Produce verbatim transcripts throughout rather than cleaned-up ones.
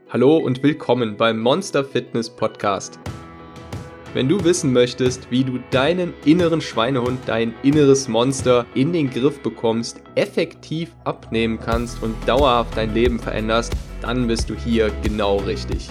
Hallo und willkommen beim Monster Fitness Podcast. Wenn du wissen möchtest, wie du deinen inneren Schweinehund, dein inneres Monster in den Griff bekommst, effektiv abnehmen kannst und dauerhaft dein Leben veränderst, dann bist du hier genau richtig.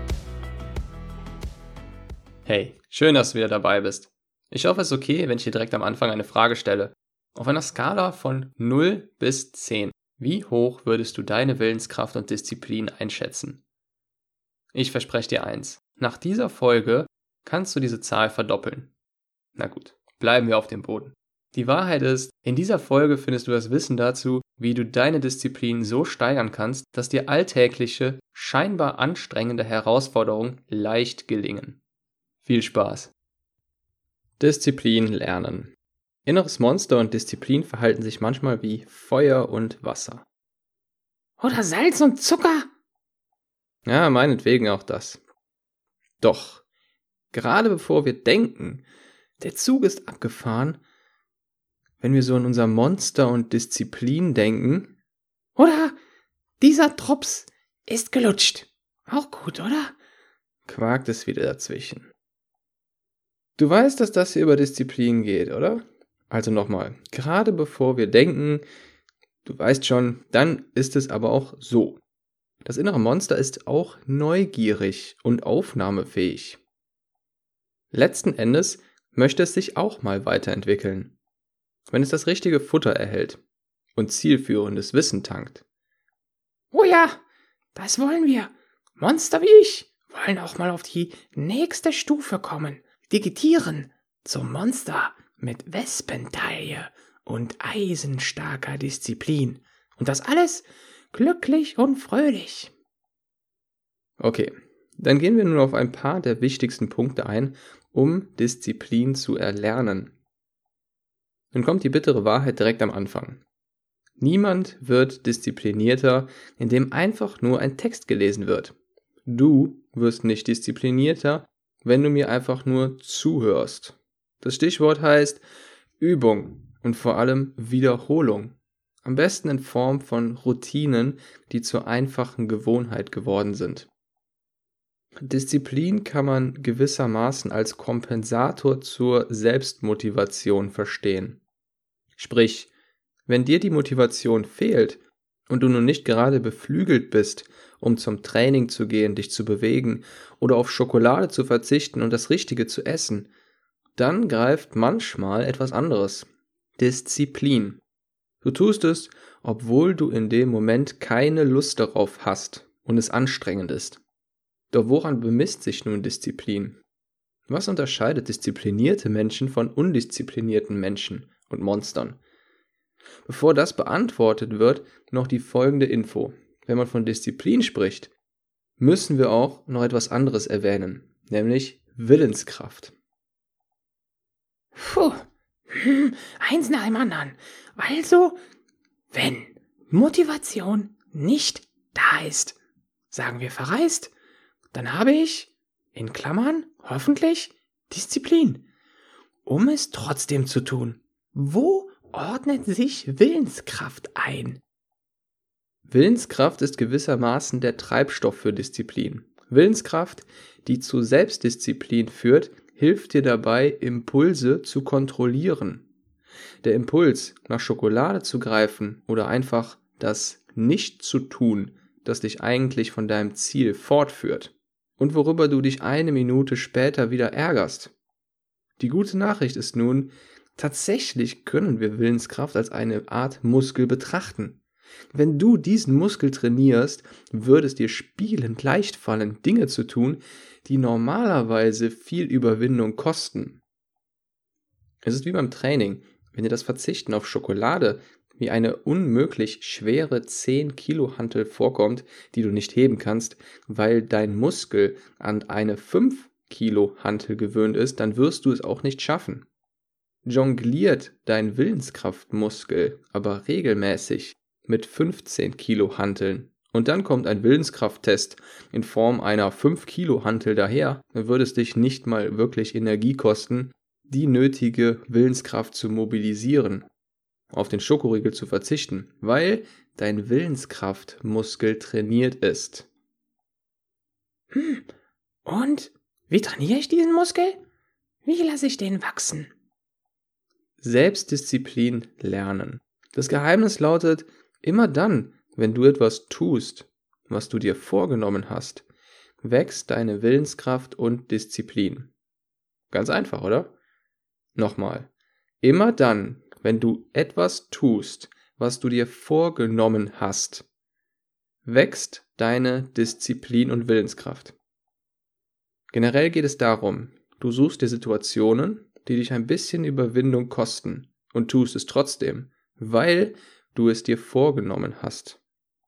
Hey, schön, dass du wieder dabei bist. Ich hoffe, es ist okay, wenn ich dir direkt am Anfang eine Frage stelle. Auf einer Skala von null bis zehn, wie hoch würdest du deine Willenskraft und Disziplin einschätzen? Ich verspreche dir eins. Nach dieser Folge kannst du diese Zahl verdoppeln. Na gut, bleiben wir auf dem Boden. Die Wahrheit ist, in dieser Folge findest du das Wissen dazu, wie du deine Disziplin so steigern kannst, dass dir alltägliche, scheinbar anstrengende Herausforderungen leicht gelingen. Viel Spaß! Disziplin lernen. Inneres Monster und Disziplin verhalten sich manchmal wie Feuer und Wasser. Oder Salz und Zucker? Ja, meinetwegen auch das. Doch, gerade bevor wir denken, der Zug ist abgefahren, wenn wir so an unser Monster und Disziplin denken. Oder dieser Drops ist gelutscht. Auch gut, oder? Quakt es wieder dazwischen. Du weißt, dass das hier über Disziplin geht, oder? Also nochmal, gerade bevor wir denken, du weißt schon, dann ist es aber auch so. Das innere Monster ist auch neugierig und aufnahmefähig. Letzten Endes möchte es sich auch mal weiterentwickeln, wenn es das richtige Futter erhält und zielführendes Wissen tankt. Oh ja, das wollen wir. Monster wie ich wollen auch mal auf die nächste Stufe kommen. Digitieren zum Monster mit Wespentaille und eisenstarker Disziplin. Und das alles glücklich und fröhlich. Okay, dann gehen wir nun auf ein paar der wichtigsten Punkte ein, um Disziplin zu erlernen. Nun kommt die bittere Wahrheit direkt am Anfang. Niemand wird disziplinierter, indem einfach nur ein Text gelesen wird. Du wirst nicht disziplinierter, wenn du mir einfach nur zuhörst. Das Stichwort heißt Übung und vor allem Wiederholung. Am besten in Form von Routinen, die zur einfachen Gewohnheit geworden sind. Disziplin kann man gewissermaßen als Kompensator zur Selbstmotivation verstehen. Sprich, wenn dir die Motivation fehlt und du nun nicht gerade beflügelt bist, um zum Training zu gehen, dich zu bewegen oder auf Schokolade zu verzichten und das Richtige zu essen, dann greift manchmal etwas anderes. Disziplin. Du tust es, obwohl du in dem Moment keine Lust darauf hast und es anstrengend ist. Doch woran bemisst sich nun Disziplin? Was unterscheidet disziplinierte Menschen von undisziplinierten Menschen und Monstern? Bevor das beantwortet wird, noch die folgende Info. Wenn man von Disziplin spricht, müssen wir auch noch etwas anderes erwähnen, nämlich Willenskraft. Puh, hm, eins nach dem anderen. Also, wenn Motivation nicht da ist, sagen wir verreist, dann habe ich, in Klammern, hoffentlich Disziplin, um es trotzdem zu tun. Wo ordnet sich Willenskraft ein? Willenskraft ist gewissermaßen der Treibstoff für Disziplin. Willenskraft, die zu Selbstdisziplin führt, hilft dir dabei, Impulse zu kontrollieren. Der Impuls, nach Schokolade zu greifen oder einfach das nicht zu tun, das dich eigentlich von deinem Ziel fortführt und worüber du dich eine Minute später wieder ärgerst. Die gute Nachricht ist nun, tatsächlich können wir Willenskraft als eine Art Muskel betrachten. Wenn du diesen Muskel trainierst, würde es dir spielend leicht fallen, Dinge zu tun, die normalerweise viel Überwindung kosten. Es ist wie beim Training. Wenn dir das Verzichten auf Schokolade wie eine unmöglich schwere zehn Kilo Hantel vorkommt, die du nicht heben kannst, weil dein Muskel an eine fünf Kilo Hantel gewöhnt ist, dann wirst du es auch nicht schaffen. Jongliert dein Willenskraftmuskel aber regelmäßig mit fünfzehn Kilo Hanteln und dann kommt ein Willenskrafttest in Form einer fünf Kilo Hantel daher, dann würde es dich nicht mal wirklich Energie kosten, die nötige Willenskraft zu mobilisieren, auf den Schokoriegel zu verzichten, weil dein Willenskraftmuskel trainiert ist. Hm. Und wie trainiere ich diesen Muskel? Wie lasse ich den wachsen? Selbstdisziplin lernen. Das Geheimnis lautet, immer dann, wenn du etwas tust, was du dir vorgenommen hast, wächst deine Willenskraft und Disziplin. Ganz einfach, oder? Nochmal. Immer dann, wenn du etwas tust, was du dir vorgenommen hast, wächst deine Disziplin und Willenskraft. Generell geht es darum, du suchst dir Situationen, die dich ein bisschen Überwindung kosten und tust es trotzdem, weil du es dir vorgenommen hast.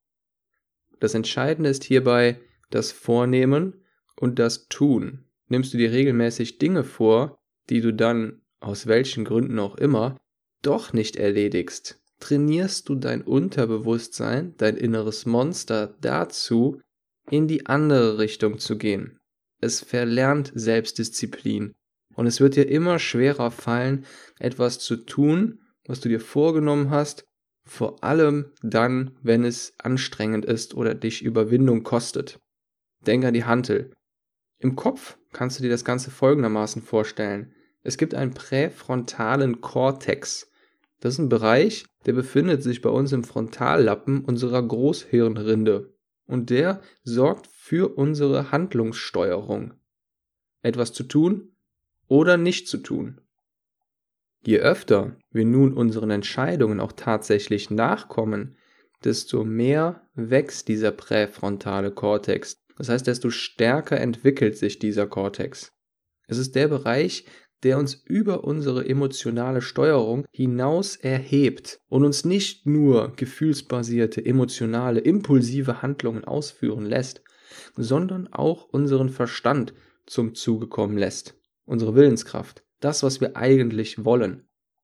Das Entscheidende ist hierbei das Vornehmen und das Tun. Nimmst du dir regelmäßig Dinge vor, die du dann, aus welchen Gründen auch immer, doch nicht erledigst, trainierst du dein Unterbewusstsein, dein inneres Monster dazu, in die andere Richtung zu gehen. Es verlernt Selbstdisziplin und es wird dir immer schwerer fallen, etwas zu tun, was du dir vorgenommen hast, vor allem dann, wenn es anstrengend ist oder dich Überwindung kostet. Denk an die Hantel. Im Kopf kannst du dir das Ganze folgendermaßen vorstellen. Es gibt einen präfrontalen Kortex. Das ist ein Bereich, der befindet sich bei uns im Frontallappen unserer Großhirnrinde. Und der sorgt für unsere Handlungssteuerung. Etwas zu tun oder nicht zu tun. Je öfter wir nun unseren Entscheidungen auch tatsächlich nachkommen, desto mehr wächst dieser präfrontale Kortex. Das heißt, desto stärker entwickelt sich dieser Kortex. Es ist der Bereich, der uns über unsere emotionale Steuerung hinaus erhebt und uns nicht nur gefühlsbasierte, emotionale, impulsive Handlungen ausführen lässt, sondern auch unseren Verstand zum Zuge kommen lässt, unsere Willenskraft, das, was wir eigentlich wollen.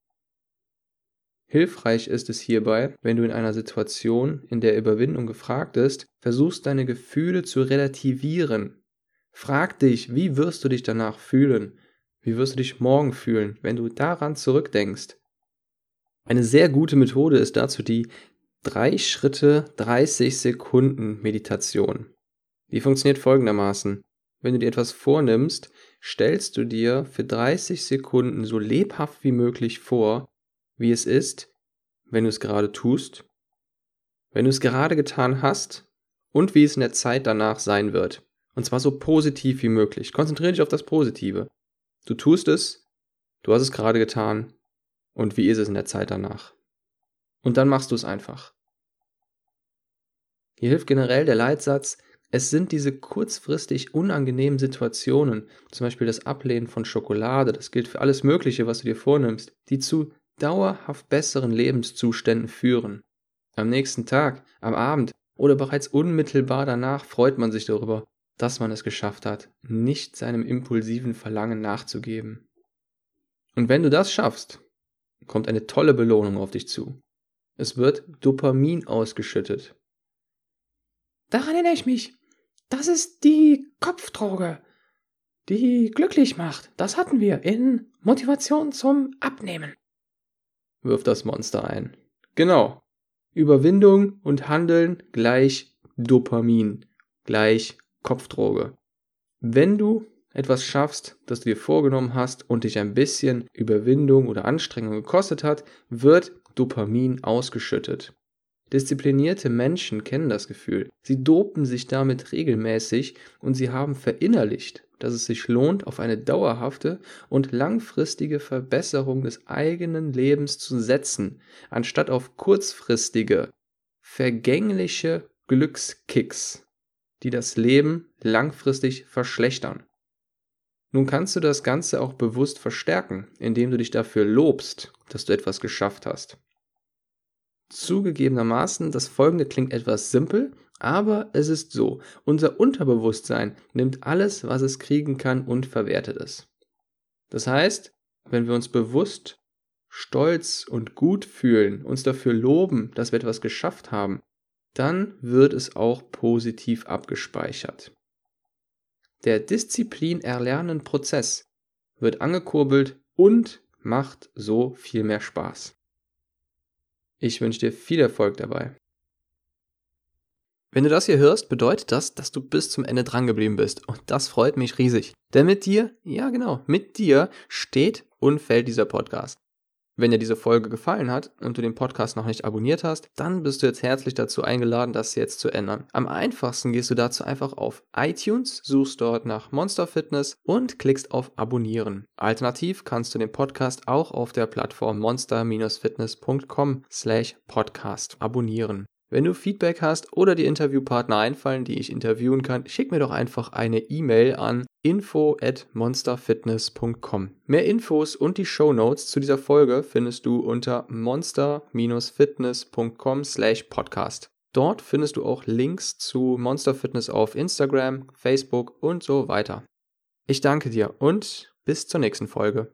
Hilfreich ist es hierbei, wenn du in einer Situation, in der Überwindung gefragt ist, versuchst deine Gefühle zu relativieren. Frag dich, wie wirst du dich danach fühlen? Wie wirst du dich morgen fühlen, wenn du daran zurückdenkst? Eine sehr gute Methode ist dazu die drei Schritte dreißig Sekunden Meditation. Die funktioniert folgendermaßen. Wenn du dir etwas vornimmst, stellst du dir für dreißig Sekunden so lebhaft wie möglich vor, wie es ist, wenn du es gerade tust, wenn du es gerade getan hast und wie es in der Zeit danach sein wird. Und zwar so positiv wie möglich. Konzentriere dich auf das Positive. Du tust es, du hast es gerade getan und wie ist es in der Zeit danach. Und dann machst du es einfach. Hier hilft generell der Leitsatz, es sind diese kurzfristig unangenehmen Situationen, zum Beispiel das Ablehnen von Schokolade, das gilt für alles Mögliche, was du dir vornimmst, die zu dauerhaft besseren Lebenszuständen führen. Am nächsten Tag, am Abend oder bereits unmittelbar danach freut man sich darüber, dass man es geschafft hat, nicht seinem impulsiven Verlangen nachzugeben. Und wenn du das schaffst, kommt eine tolle Belohnung auf dich zu. Es wird Dopamin ausgeschüttet. Daran erinnere ich mich. Das ist die Kopfdroge, die glücklich macht. Das hatten wir in Motivation zum Abnehmen. Wirf das Monster ein. Genau. Überwindung und Handeln gleich Dopamin, gleich Kopfdroge. Wenn du etwas schaffst, das du dir vorgenommen hast und dich ein bisschen Überwindung oder Anstrengung gekostet hat, wird Dopamin ausgeschüttet. Disziplinierte Menschen kennen das Gefühl. Sie dopen sich damit regelmäßig und sie haben verinnerlicht, dass es sich lohnt, auf eine dauerhafte und langfristige Verbesserung des eigenen Lebens zu setzen, anstatt auf kurzfristige, vergängliche Glückskicks, die das Leben langfristig verschlechtern. Nun kannst du das Ganze auch bewusst verstärken, indem du dich dafür lobst, dass du etwas geschafft hast. Zugegebenermaßen, das Folgende klingt etwas simpel, aber es ist so. Unser Unterbewusstsein nimmt alles, was es kriegen kann und verwertet es. Das heißt, wenn wir uns bewusst stolz und gut fühlen, uns dafür loben, dass wir etwas geschafft haben, dann wird es auch positiv abgespeichert. Der Disziplin-Erlernen-Prozess wird angekurbelt und macht so viel mehr Spaß. Ich wünsche dir viel Erfolg dabei. Wenn du das hier hörst, bedeutet das, dass du bis zum Ende dran geblieben bist. Und das freut mich riesig. Denn mit dir, ja genau, mit dir steht und fällt dieser Podcast. Wenn dir diese Folge gefallen hat und du den Podcast noch nicht abonniert hast, dann bist du jetzt herzlich dazu eingeladen, das jetzt zu ändern. Am einfachsten gehst du dazu einfach auf iTunes, suchst dort nach Monster Fitness und klickst auf Abonnieren. Alternativ kannst du den Podcast auch auf der Plattform monster fitness punkt com slash podcast abonnieren. Wenn du Feedback hast oder die Interviewpartner einfallen, die ich interviewen kann, schick mir doch einfach eine E-Mail an info at monsterfitness punkt com. Mehr Infos und die Shownotes zu dieser Folge findest du unter monster fitness punkt com slash podcast. Dort findest du auch Links zu Monster Fitness auf Instagram, Facebook und so weiter. Ich danke dir und bis zur nächsten Folge.